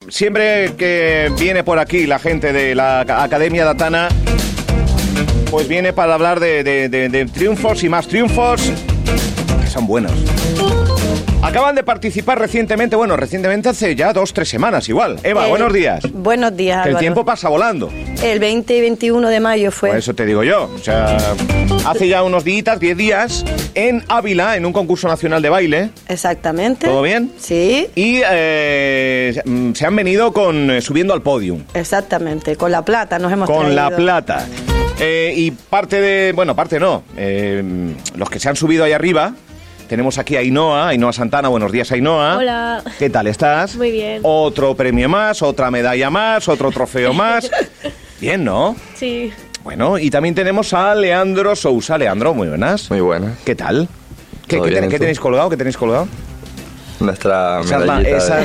siempre que viene por aquí la gente de la Academia Datana, pues viene para hablar de triunfos y más triunfos, que son buenos. Acaban de participar recientemente hace ya 2-3 semanas igual. Eva, buenos días. Buenos días, Álvaro. El tiempo pasa volando. El 20 y 21 de mayo fue. Por eso te digo yo. O sea, hace ya unos 10 días, en Ávila, en un concurso nacional de baile. Exactamente. ¿Todo bien? Sí. Y se han venido subiendo al podium. Exactamente, con la plata nos hemos traído. Con la plata. Y parte no. Los que se han subido ahí arriba... Tenemos aquí a Ainhoa Santana. Buenos días, Ainhoa. Hola. ¿Qué tal estás? Muy bien. Otro premio más, otra medalla más, otro trofeo más. Bien, ¿no? Sí. Bueno, y también tenemos a Leandro Sousa. Leandro, muy buenas. Muy buenas. ¿Qué tal? ¿Qué tenéis colgado? ¿Qué tenéis colgado? Nuestra medallita. Esa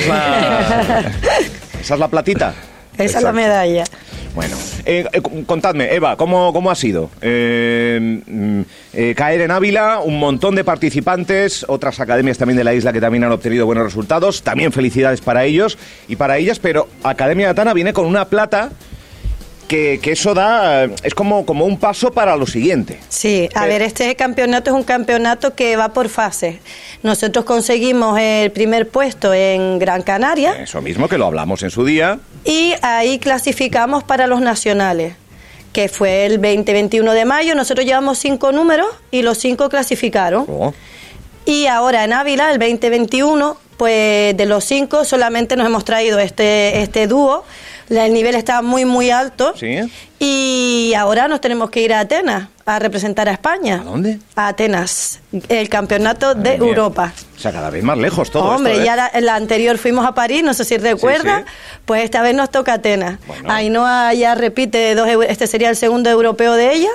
es la platita. Esa es la medalla. Bueno, contadme, Eva, ¿cómo ha sido? Caer en Ávila, un montón de participantes, otras academias también de la isla que también han obtenido buenos resultados, también felicidades para ellos y para ellas, pero Academia Datana viene con una plata que eso es como un paso para lo siguiente. Sí, a ver, este campeonato es un campeonato que va por fases. Nosotros conseguimos el primer puesto en Gran Canaria. Eso mismo, que lo hablamos en su día. Y ahí clasificamos para los nacionales, que fue el 20-21 de mayo. Nosotros llevamos 5 números y los 5 clasificaron. Oh. Y ahora en Ávila, el 2021, pues de los 5 solamente nos hemos traído este dúo. El nivel está muy, muy alto. Sí. Y ahora nos tenemos que ir a Atenas a representar a España. ¿A dónde? A Atenas, el campeonato de Europa. O sea, cada vez más lejos todo. Hombre, esto, ¿eh? ya la anterior fuimos a París, no sé si recuerda, Sí. Pues esta vez nos toca Atenas. Bueno. Ainhoa ya repite este sería el segundo europeo de ella,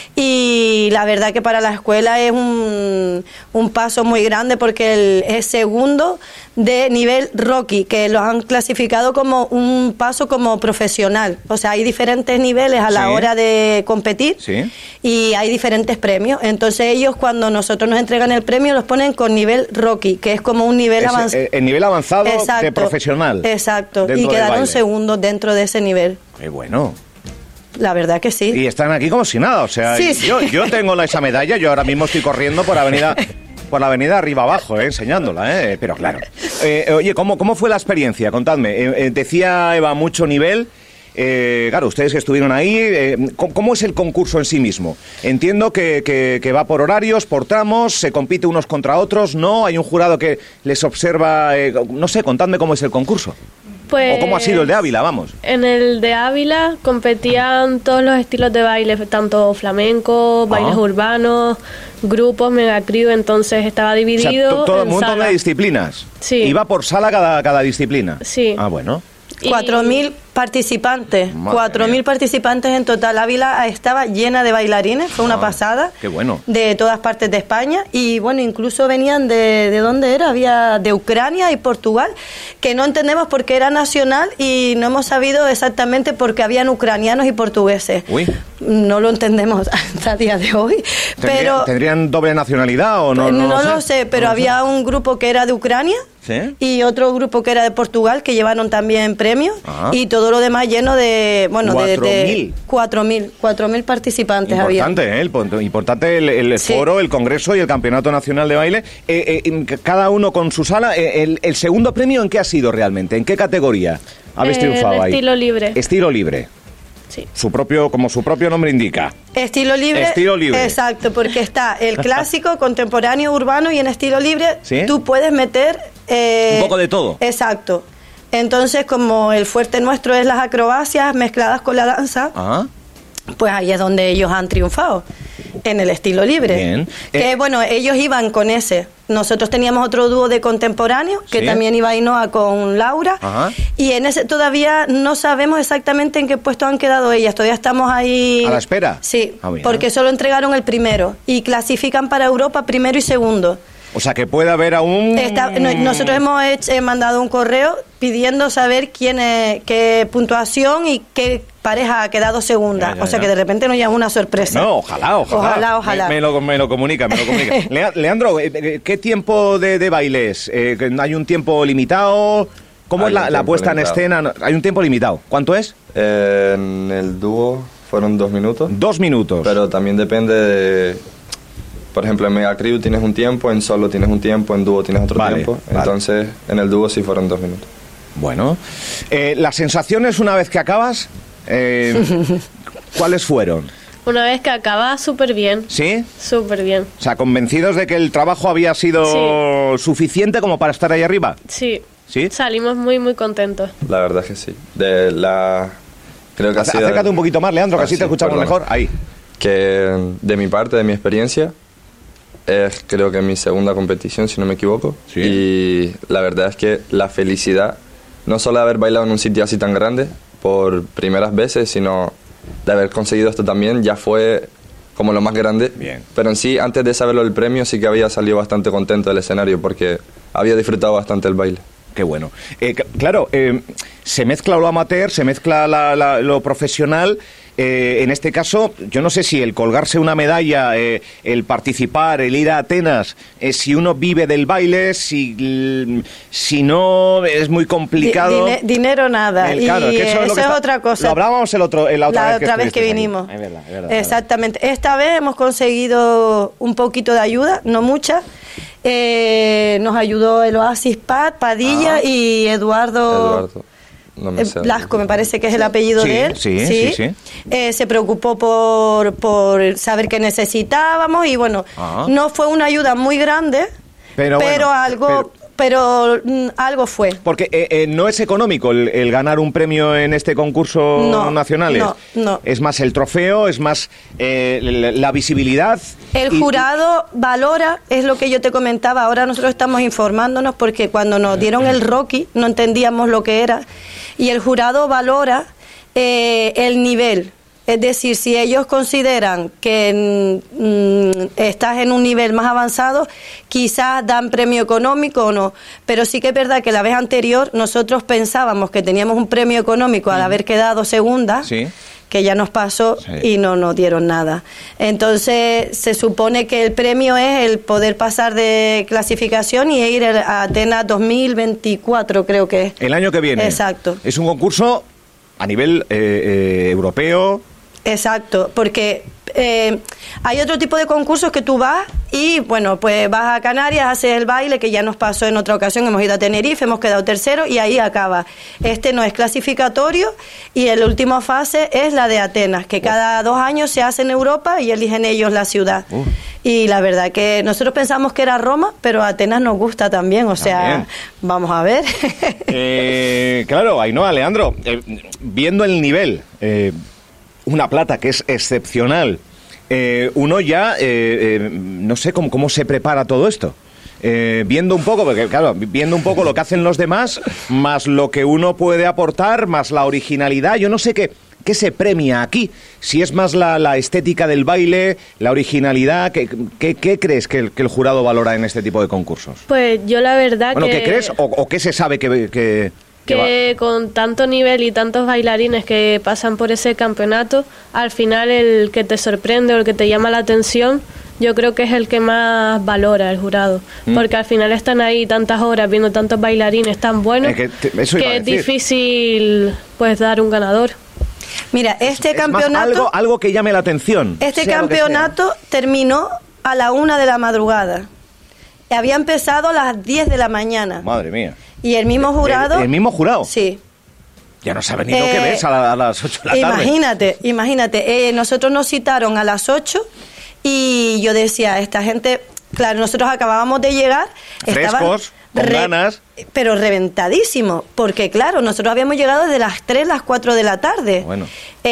y la verdad que para la escuela es un paso muy grande porque es segundo de nivel Rocky, que lo han clasificado como un paso como profesional. O sea, hay diferentes niveles a la hora de competir. Sí. Y hay diferentes premios. Entonces ellos, cuando nosotros nos entregan el premio, los ponen con nivel Rocky, que es como un nivel avanzado. El nivel avanzado de profesional. Exacto. Y quedaron segundos dentro de ese nivel. Qué bueno. La verdad que sí. Y están aquí como si nada. O sea, Sí, sí. Yo tengo esa medalla. Yo ahora mismo estoy corriendo por la avenida arriba abajo, enseñándola, pero claro. Oye, ¿cómo fue la experiencia? Contadme. Decía Eva, mucho nivel. Claro, ustedes que estuvieron ahí, ¿cómo es el concurso en sí mismo? Entiendo que va por horarios, por tramos, se compite unos contra otros, ¿no? Hay un jurado que les observa, no sé, contadme cómo es el concurso. Pues, ¿O cómo ha sido el de Ávila, vamos? En el de Ávila competían todos los estilos de baile, tanto flamenco, bailes urbanos, grupos, megacrew, entonces estaba dividido. O sea, todo un en montón salas. de disciplinas. Sí. ¿Iba por sala cada disciplina? Sí. Ah, bueno. 4.000 participantes, 4.000 participantes en total. Ávila estaba llena de bailarines, fue una pasada. Qué bueno. De todas partes de España, y bueno, incluso venían ¿de dónde era? Había de Ucrania y Portugal, que no entendemos por qué era nacional y no hemos sabido exactamente por qué habían ucranianos y portugueses. Uy. No lo entendemos hasta el día de hoy. Pero ¿Tendrían doble nacionalidad o no? No lo sé, pero había un grupo que era de Ucrania. ¿Sí? Y otro grupo que era de Portugal, que llevaron también premios. Ajá. Y todo lo demás lleno de... Bueno, 4.000. 4.000 participantes Importante, había. Importante el Sí. foro, el congreso y el campeonato nacional de baile. Cada uno con su sala. ¿El segundo premio en qué ha sido realmente? ¿En qué categoría habéis triunfado ahí? Estilo libre. Estilo libre. Sí. Como su propio nombre indica. Estilo libre. Estilo libre. Exacto, porque está el clásico, contemporáneo, urbano, y en estilo libre ¿Sí? tú puedes meter... Un poco de todo. Exacto. Entonces, como el fuerte nuestro es las acrobacias mezcladas con la danza, Ah. pues ahí es donde ellos han triunfado, en el estilo libre. Bien. Que bueno, ellos iban con ese. Nosotros teníamos otro dúo de contemporáneo, que Sí. también iba Ainhoa con Laura. Ajá. Y en ese todavía no sabemos exactamente en qué puesto han quedado ellas. Todavía estamos ahí... ¿A la espera? Sí, Ah, bien. porque solo entregaron el primero. Y clasifican para Europa primero y segundo. O sea, que puede haber aún... Nosotros hemos mandado un correo pidiendo saber qué puntuación y qué pareja ha quedado segunda. Ya, o sea, ya. que de repente nos llama una sorpresa. No, ojalá. Ojalá. Me lo comunica. Leandro, ¿qué tiempo de baile es? ¿Hay un tiempo limitado? ¿Cómo es la puesta limitado. en escena? Hay un tiempo limitado. ¿Cuánto es? En el dúo fueron 2 minutos. 2 minutos. Pero también depende de... Por ejemplo, en Mega Crew tienes un tiempo, en solo tienes un tiempo, en dúo tienes otro tiempo. Entonces, en el dúo sí fueron 2 minutos. Bueno. Las sensaciones una vez que acabas, ¿cuáles fueron? Una vez que acaba, súper bien. ¿Sí? Súper bien. O sea, convencidos de que el trabajo había sido suficiente como para estar ahí arriba. Sí. ¿Sí? Salimos muy, muy contentos. La verdad es que sí. Creo que ha sido... Acércate un poquito más, Leandro, que así te escuchamos mejor. Ahí. Que de mi parte, de mi experiencia, es creo que mi segunda competición, si no me equivoco. Sí. Y la verdad es que la felicidad, no solo de haber bailado en un sitio así tan grande por primeras veces, sino de haber conseguido esto también, ya fue como lo más grande. Bien. Pero en sí, antes de saberlo el premio, sí que había salido bastante contento del escenario porque había disfrutado bastante el baile. Qué bueno. Claro, se mezcla lo amateur, se mezcla lo profesional. En este caso, yo no sé si el colgarse una medalla, el participar, el ir a Atenas, si uno vive del baile, si no es muy complicado. Dinero nada. Claro, y que eso es otra cosa. Lo hablábamos la otra vez que vinimos. Es verdad. Exactamente. Esta vez hemos conseguido un poquito de ayuda, no mucha. Nos ayudó el Oasis Padilla y Eduardo. No me sé. Blasco, me parece que es el apellido de él. Sí. Se preocupó por saber qué necesitábamos y bueno, no fue una ayuda muy grande, pero algo fue. Porque no es económico el ganar un premio en este concurso nacional. No. Es más el trofeo, es más la visibilidad. El jurado valora, es lo que yo te comentaba, ahora nosotros estamos informándonos porque cuando nos dieron el Rocky no entendíamos lo que era y el jurado valora el nivel. Es decir, si ellos consideran que estás en un nivel más avanzado, quizás dan premio económico o no. Pero sí que es verdad que la vez anterior nosotros pensábamos que teníamos un premio económico al haber quedado segunda, que ya nos pasó y no nos dieron nada. Entonces se supone que el premio es el poder pasar de clasificación y ir a Atenas 2024, creo que es. El año que viene. Exacto. Es un concurso a nivel europeo. Exacto, porque hay otro tipo de concursos que tú vas y, bueno, pues vas a Canarias, haces el baile, que ya nos pasó en otra ocasión, hemos ido a Tenerife, hemos quedado tercero y ahí acaba. Este no es clasificatorio y la última fase es la de Atenas, que cada 2 años se hace en Europa y eligen ellos la ciudad. Y la verdad que nosotros pensamos que era Roma, pero Atenas nos gusta también, o sea, vamos a ver. Claro, Ainhoa, Leandro, viendo el nivel... una plata que es excepcional. Uno ya, no sé cómo se prepara todo esto. Viendo un poco, porque claro, viendo un poco lo que hacen los demás, más lo que uno puede aportar, más la originalidad. Yo no sé qué se premia aquí. Si es más la estética del baile, la originalidad, ¿qué crees que el jurado valora en este tipo de concursos? Pues yo la verdad bueno, ¿qué crees o qué se sabe que con tanto nivel y tantos bailarines que pasan por ese campeonato, al final el que te sorprende o el que te llama la atención, yo creo que es el que más valora el jurado, porque al final están ahí tantas horas viendo tantos bailarines tan buenos que es difícil pues dar un ganador. Mira, este campeonato... algo que llame la atención. Este campeonato terminó a la 1 de la madrugada. Había empezado a las 10 de la mañana. Madre mía. Y el mismo jurado... ¿El mismo jurado? Sí. Ya no sabe ni lo que ves a las 8 de la tarde. Imagínate. Nosotros nos citaron a las 8 y yo decía, esta gente... Claro, nosotros acabábamos de llegar... Frescos, con ganas... Pero reventadísimos, porque claro, nosotros habíamos llegado desde las 3, las 4 de la tarde. Bueno.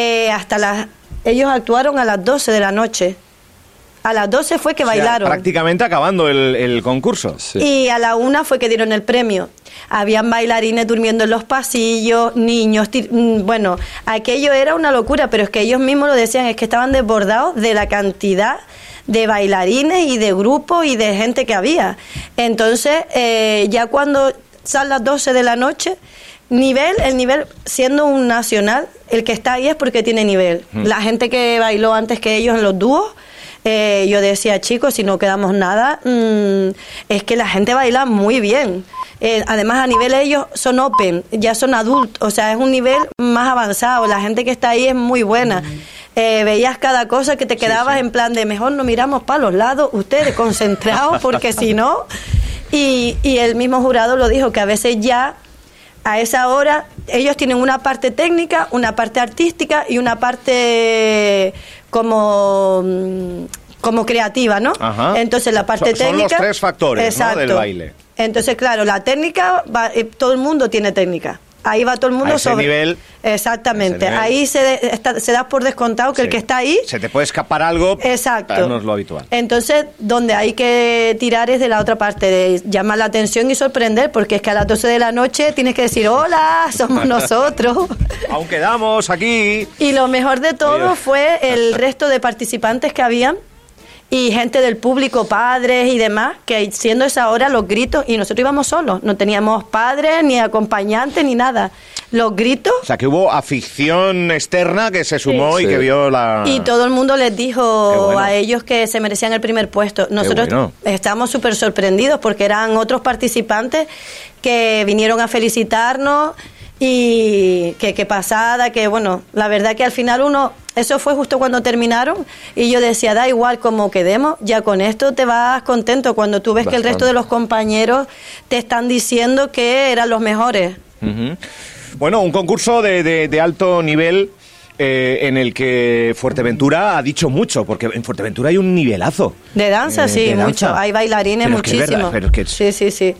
Ellos actuaron a las 12 de la noche. A las 12 fue que bailaron. Prácticamente acabando el concurso. Sí. Y a la 1 fue que dieron el premio. Habían bailarines durmiendo en los pasillos, niños... Bueno, aquello era una locura, pero es que ellos mismos lo decían, es que estaban desbordados de la cantidad de bailarines y de grupos y de gente que había. Entonces, ya cuando son las 12 de la noche... El nivel, siendo un nacional, el que está ahí es porque tiene nivel. La gente que bailó antes que ellos en los dúos, yo decía, chicos, si no quedamos nada, es que la gente baila muy bien. Además, a nivel ellos son open, ya son adultos, o sea, es un nivel más avanzado. La gente que está ahí es muy buena. Veías cada cosa que te quedabas en plan de mejor no miramos para los lados, ustedes concentrados, porque si no... Y el mismo jurado lo dijo, que a veces ya a esa hora ellos tienen una parte técnica, una parte artística y una parte como creativa, ¿no? Ajá. Entonces la parte técnica... Son los tres factores, exacto, ¿no?, del baile. Entonces, claro, la técnica, todo el mundo tiene técnica. Ahí va todo el mundo a ese nivel. Exactamente. Ese nivel. Ahí se da por descontado que el que está ahí... Se te puede escapar algo. Exacto. No es lo habitual. Entonces, donde hay que tirar es de la otra parte, de llamar la atención y sorprender, porque es que a las 12 de la noche tienes que decir, hola, somos nosotros. Aún quedamos aquí. Y lo mejor de todo fue el resto de participantes que habían, y gente del público, padres y demás, que siendo esa hora los gritos, y nosotros íbamos solos, no teníamos padres, ni acompañantes, ni nada. Los gritos... O sea, que hubo afición externa que se sumó y que vio la... Y todo el mundo les dijo bueno. a ellos que se merecían el primer puesto. Nosotros estábamos súper sorprendidos porque eran otros participantes que vinieron a felicitarnos y que pasada, que bueno, la verdad que al final eso fue justo cuando terminaron y yo decía, da igual como quedemos, ya con esto te vas contento cuando tú ves que el resto de los compañeros te están diciendo que eran los mejores. Uh-huh. Bueno, un concurso de alto nivel en el que Fuerteventura ha dicho mucho, porque en Fuerteventura hay un nivelazo. De danza, sí, de danza. mucho. Hay bailarines muchísimos. Sí.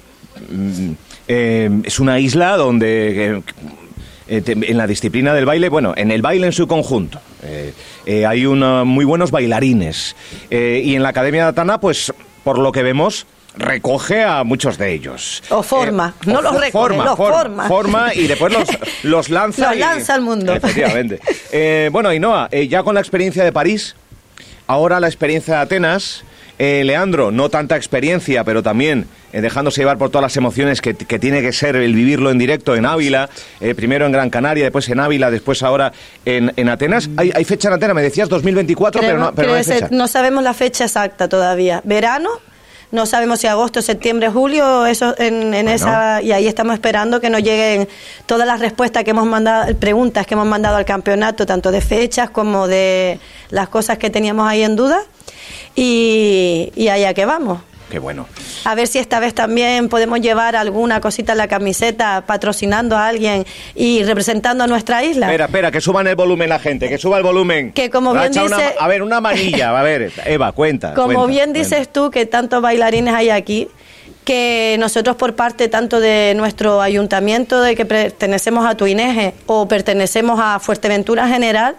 Es una isla donde en la disciplina del baile, bueno, en el baile en su conjunto, hay muy buenos bailarines. Y en la Academia de Atana, pues, por lo que vemos, recoge a muchos de ellos. O forma, no los recoge, los forma. Forma y después los lanza. Los lanza al mundo. Efectivamente. Bueno, Ainhoa, ya con la experiencia de París, ahora la experiencia de Atenas... Leandro, no tanta experiencia, pero también dejándose llevar por todas las emociones que tiene que ser el vivirlo en directo en Ávila, primero en Gran Canaria, después en Ávila, después ahora en Atenas. ¿Hay fecha en Atenas? Me decías 2024, pero no hay fecha. No sabemos la fecha exacta todavía. Verano, no sabemos si agosto, septiembre, julio, eso esa, y ahí estamos esperando que nos lleguen todas las respuestas que hemos mandado, preguntas que hemos mandado al campeonato, tanto de fechas como de las cosas que teníamos ahí en duda. Y allá que vamos. Qué bueno. A ver si esta vez también podemos llevar alguna cosita en la camiseta, patrocinando a alguien y representando a nuestra isla. Espera, que suban el volumen la gente, que suba el volumen. Que como bien dice... una manilla, a ver, Eva, cuenta. Dices tú, que tantos bailarines hay aquí, que nosotros por parte tanto de nuestro ayuntamiento, de que pertenecemos a Tuineje o pertenecemos a Fuerteventura en general,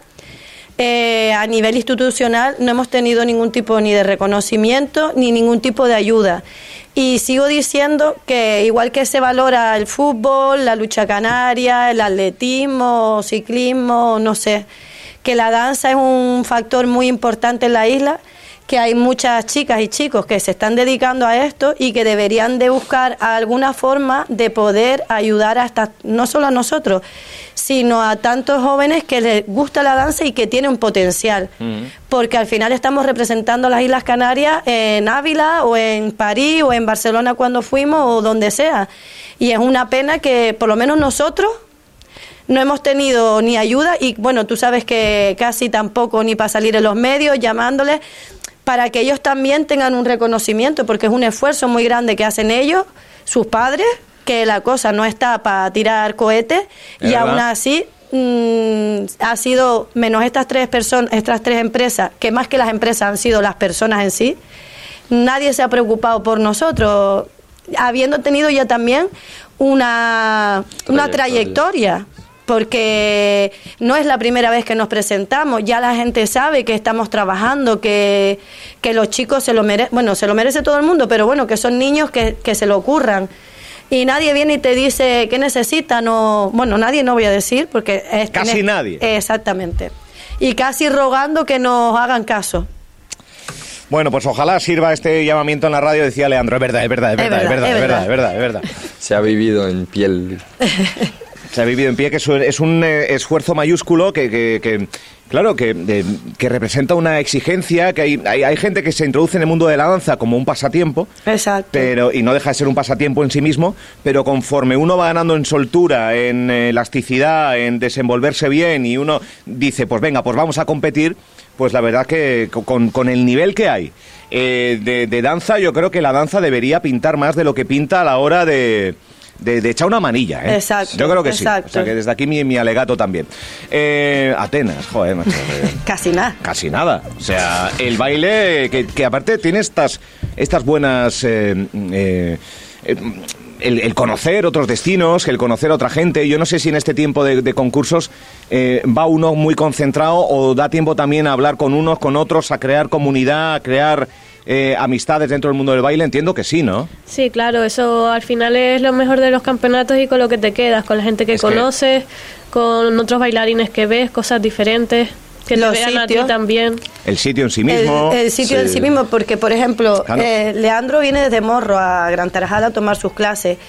a nivel institucional no hemos tenido ningún tipo ni de reconocimiento ni ningún tipo de ayuda. Y sigo diciendo que igual que se valora el fútbol, la lucha canaria, el atletismo, ciclismo, no sé, que la danza es un factor muy importante en la isla, que hay muchas chicas y chicos que se están dedicando a esto y que deberían de buscar alguna forma de poder ayudar no solo a nosotros, sino a tantos jóvenes que les gusta la danza y que tienen potencial. Porque al final estamos representando a las Islas Canarias en Ávila o en París o en Barcelona cuando fuimos o donde sea. Y es una pena que por lo menos nosotros no hemos tenido ni ayuda y bueno, tú sabes que casi tampoco ni para salir en los medios llamándoles para que ellos también tengan un reconocimiento, porque es un esfuerzo muy grande que hacen ellos, sus padres, que la cosa no está para tirar cohetes y aún así ha sido, menos estas tres empresas, que más que las empresas han sido las personas en sí, nadie se ha preocupado por nosotros, habiendo tenido ya también una trayectoria. Porque no es la primera vez que nos presentamos, ya la gente sabe que estamos trabajando, que los chicos se lo merecen, bueno, se lo merece todo el mundo, pero bueno, que son niños que se lo ocurran. Y nadie viene y te dice qué necesitan, nadie no voy a decir, porque... Nadie. Exactamente. Y casi rogando que nos hagan caso. Bueno, pues ojalá sirva este llamamiento en la radio, decía Leandro, es verdad. Se ha vivido en piel. Se ha vivido en pie, que es un esfuerzo mayúsculo que claro, que representa una exigencia, que hay gente que se introduce en el mundo de la danza como un pasatiempo. Exacto. Y no deja de ser un pasatiempo en sí mismo, pero conforme uno va ganando en soltura, en elasticidad, en desenvolverse bien, y uno dice, pues venga, pues vamos a competir, pues la verdad que con el nivel que hay de danza, yo creo que la danza debería pintar más de lo que pinta a la hora de echar una manilla, ¿eh? Exacto. Yo creo que exacto. sí. O sea, que desde aquí mi alegato también. Atenas, joder, macho. Casi nada. Casi nada. O sea, el baile que aparte tiene estas buenas... El conocer otros destinos, el conocer a otra gente. Yo no sé si en este tiempo de concursos va uno muy concentrado o da tiempo también a hablar con unos, con otros, a crear comunidad, a crear... amistades dentro del mundo del baile. Entiendo que sí, ¿no? Sí, claro, eso al final es lo mejor de los campeonatos y con lo que te quedas, con la gente que conoces, con otros bailarines que ves, cosas diferentes, que te vean a ti también. El sitio en sí mismo. El sitio en sí mismo, porque por ejemplo, claro. Leandro viene desde Morro a Gran Tarajal a tomar sus clases.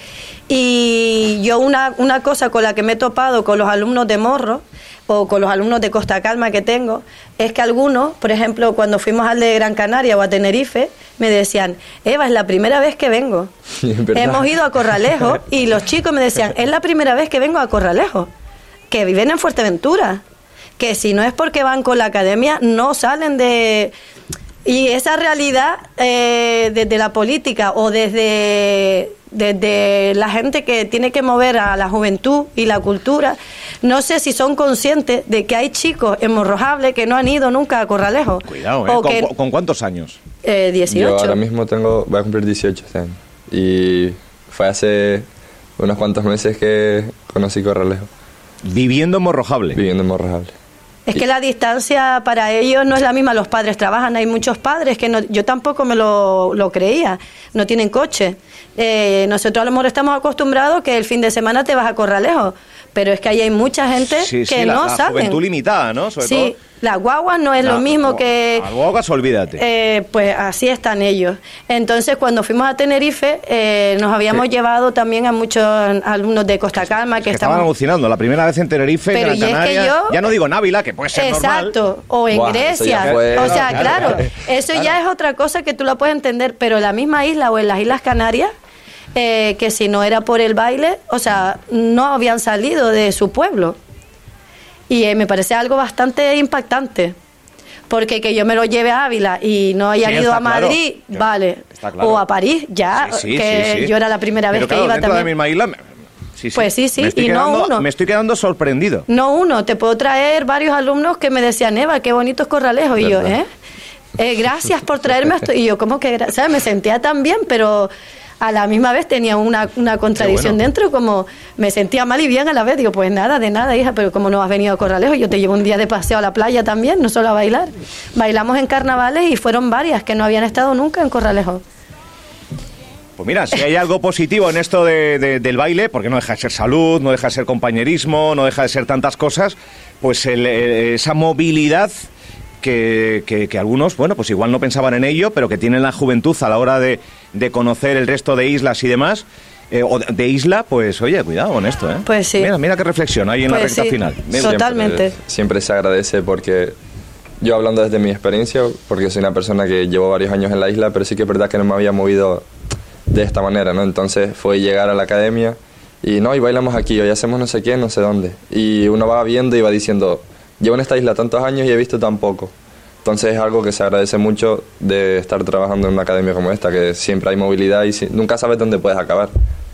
Y yo una cosa con la que me he topado con los alumnos de Morro, o con los alumnos de Costa Calma que tengo, es que algunos, por ejemplo, cuando fuimos al de Gran Canaria o a Tenerife, me decían, Eva, es la primera vez que vengo. Hemos ido a Corralejo y los chicos me decían, es la primera vez que vengo a Corralejo, que viven en Fuerteventura, que si no es porque van con la academia, no salen de... Y esa realidad desde la política o desde la gente que tiene que mover a la juventud y la cultura, no sé si son conscientes de que hay chicos en Morrojable que no han ido nunca a Corralejo. Cuidado, ¿Con cuántos años? 18. Yo ahora mismo voy a cumplir 18 este año. Y fue hace unos cuantos meses que conocí Corralejo. ¿Viviendo en Morrojable? Viviendo en Morrojable. Es que la distancia para ellos no es la misma. Los padres trabajan, hay muchos padres que no, yo tampoco me lo creía, no tienen coche. Nosotros a lo mejor estamos acostumbrados que el fin de semana te vas a Corralejo, pero es que ahí hay mucha gente que no saben. La juventud limitada, ¿no? Sobre todo. Las guaguas no es lo mismo que... Las guaguas, olvídate. Pues así están ellos. Entonces, cuando fuimos a Tenerife, nos habíamos llevado también a muchos alumnos de Costa Calma que estaban alucinando. La primera vez en Tenerife, pero en Gran Canaria, ya no digo en Ávila, que puede ser normal. Exacto, o en Grecia. O sea, claro, eso ya es otra cosa que tú la puedes entender, pero en la misma isla o en las Islas Canarias, que si no era por el baile, o sea, no habían salido de su pueblo. Y me parece algo bastante impactante, porque que yo me lo lleve a Ávila y no hayan ido a Madrid, claro. Vale, claro. O a París, ya, que yo era la primera vez que iba dentro también. De la misma isla, Pues sí, me estoy quedando sorprendido. No uno, te puedo traer varios alumnos que me decían, Eva, qué bonito es Corralejo, y yo, gracias por traerme esto, y yo como que, ¿sabes? Me sentía tan bien, pero... a la misma vez tenía una contradicción dentro, como me sentía mal y bien a la vez. Digo, pues nada, de nada, hija, pero como no has venido a Corralejo, yo te llevo un día de paseo a la playa también, no solo a bailar. Bailamos en carnavales y fueron varias que no habían estado nunca en Corralejo. Pues mira, si hay algo positivo en esto del baile, porque no deja de ser salud, no deja de ser compañerismo, no deja de ser tantas cosas, pues esa movilidad... Que algunos, bueno, pues igual no pensaban en ello, pero que tienen la juventud a la hora de conocer el resto de islas y demás, o de isla, pues oye, cuidado con esto, ¿eh? Pues sí. Mira qué reflexión hay en la recta final. Totalmente. Siempre se agradece porque, yo hablando desde mi experiencia, porque soy una persona que llevo varios años en la isla, pero sí que es verdad que no me había movido de esta manera, ¿no? Entonces fue llegar a la academia y bailamos aquí, hoy hacemos no sé qué, no sé dónde. Y uno va viendo y va diciendo... Llevo en esta isla tantos años y he visto tan poco. Entonces es algo que se agradece mucho de estar trabajando en una academia como esta, que siempre hay movilidad y nunca sabes dónde puedes acabar.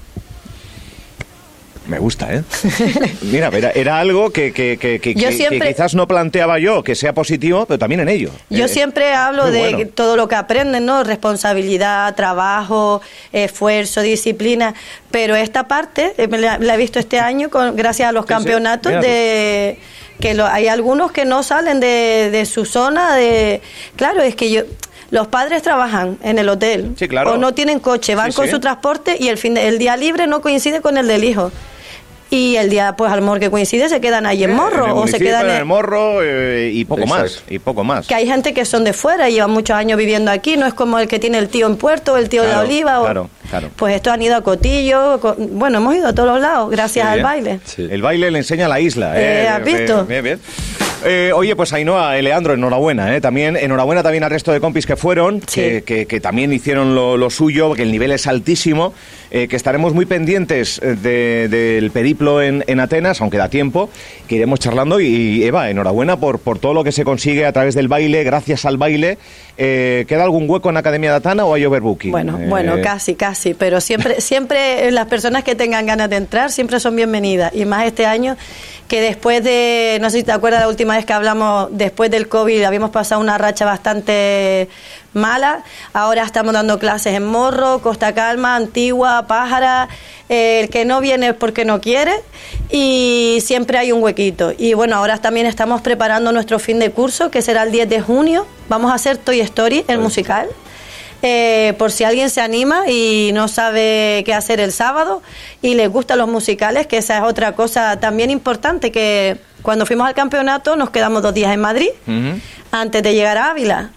Me gusta, ¿eh? Mira, era algo que quizás no planteaba yo que sea positivo, pero también en ello. Yo siempre hablo de todo lo que aprenden, ¿no? Responsabilidad, trabajo, esfuerzo, disciplina, pero esta parte la he visto este año gracias a los campeonatos de... que hay algunos que no salen de su zona claro, es que los padres trabajan en el hotel, claro. O no tienen coche, van con su transporte y el día libre no coincide con el del hijo. y el día pues al mejor que coincide se quedan ahí en Morro, en o se quedan en el Morro y poco Exacto. más, y poco más. Que hay gente que son de fuera y llevan muchos años viviendo aquí, no es como el que tiene el tío en Puerto, o el tío de la Oliva. Claro. Pues estos han ido a Cotillo, bueno, hemos ido a todos los lados gracias al baile. Sí. El baile le enseña la isla. ¿Has visto? Bien. Oye, pues Ainhoa, Leandro, enhorabuena, también enhorabuena también al resto de compis que fueron, Sí. que también hicieron lo suyo, que el nivel es altísimo, que estaremos muy pendientes del periplo en Atenas, aunque da tiempo, que iremos charlando. Y Eva, enhorabuena por todo lo que se consigue a través del baile, gracias al baile. ¿Queda algún hueco en la Academia de Atana o hay overbooking? Bueno, casi, pero siempre las personas que tengan ganas de entrar siempre son bienvenidas, y más este año que después de, no sé si te acuerdas la última vez que hablamos, después del COVID habíamos pasado una racha bastante mala, ahora estamos dando clases en Morro, Costa Calma, Antigua, Pájara, el que no viene es porque no quiere, y siempre hay un huequito. Y bueno, ahora también estamos preparando nuestro fin de curso, que será el 10 de junio, vamos a hacer Toy Story, el musical. Por si alguien se anima y no sabe qué hacer el sábado y les gustan los musicales, que esa es otra cosa también importante, que cuando fuimos al campeonato nos quedamos 2 días en Madrid antes de llegar a Ávila.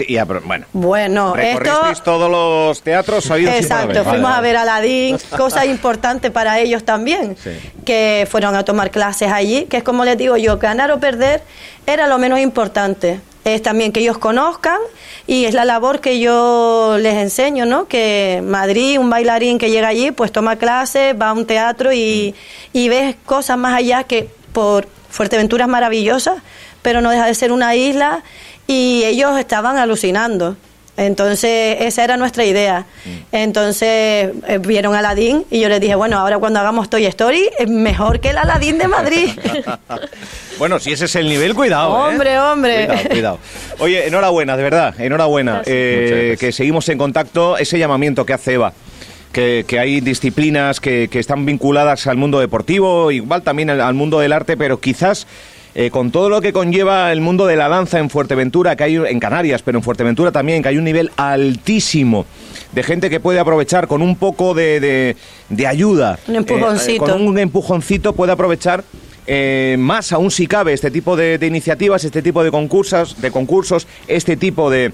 Bueno, recorristeis todos los teatros sabidos. Exacto, fuimos a ver Aladín, cosa importante para ellos también, que fueron a tomar clases allí, que es como les digo yo, ganar o perder era lo menos importante. Es también que ellos conozcan, y es la labor que yo les enseño, ¿no? Que Madrid, un bailarín que llega allí, pues toma clases, va a un teatro y ves cosas más allá, que por Fuerteventura es maravillosa, pero no deja de ser una isla, y ellos estaban alucinando. Entonces esa era nuestra idea. Entonces vieron Aladín y yo les dije, bueno, ahora cuando hagamos Toy Story es mejor que el Aladín de Madrid. Bueno, si ese es el nivel, cuidado. Hombre. Cuidado. Oye, enhorabuena, de verdad, enhorabuena. Que seguimos en contacto. Ese llamamiento que hace Eva, que hay disciplinas que están vinculadas al mundo deportivo, igual también al mundo del arte, pero quizás con todo lo que conlleva el mundo de la danza en Fuerteventura, que hay en Canarias, pero en Fuerteventura también, que hay un nivel altísimo de gente que puede aprovechar con un poco de ayuda, un empujoncito, con un empujoncito puede aprovechar más aún si cabe este tipo de iniciativas, este tipo de concursos, este tipo de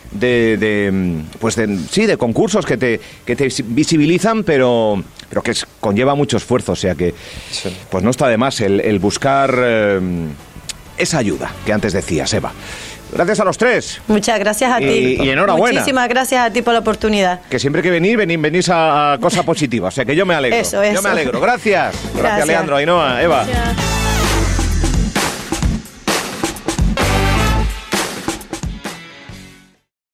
concursos que te visibilizan, pero que conlleva mucho esfuerzo, o sea que pues no está de más el buscar esa ayuda que antes decías, Eva. Gracias a los tres. Muchas gracias a ti. Y enhorabuena. Muchísimas gracias a ti por la oportunidad. Que siempre que venís a cosas positivas, o sea que yo me alegro. Eso. Yo me alegro. Gracias, Leandro, Ainhoa, Eva. Gracias.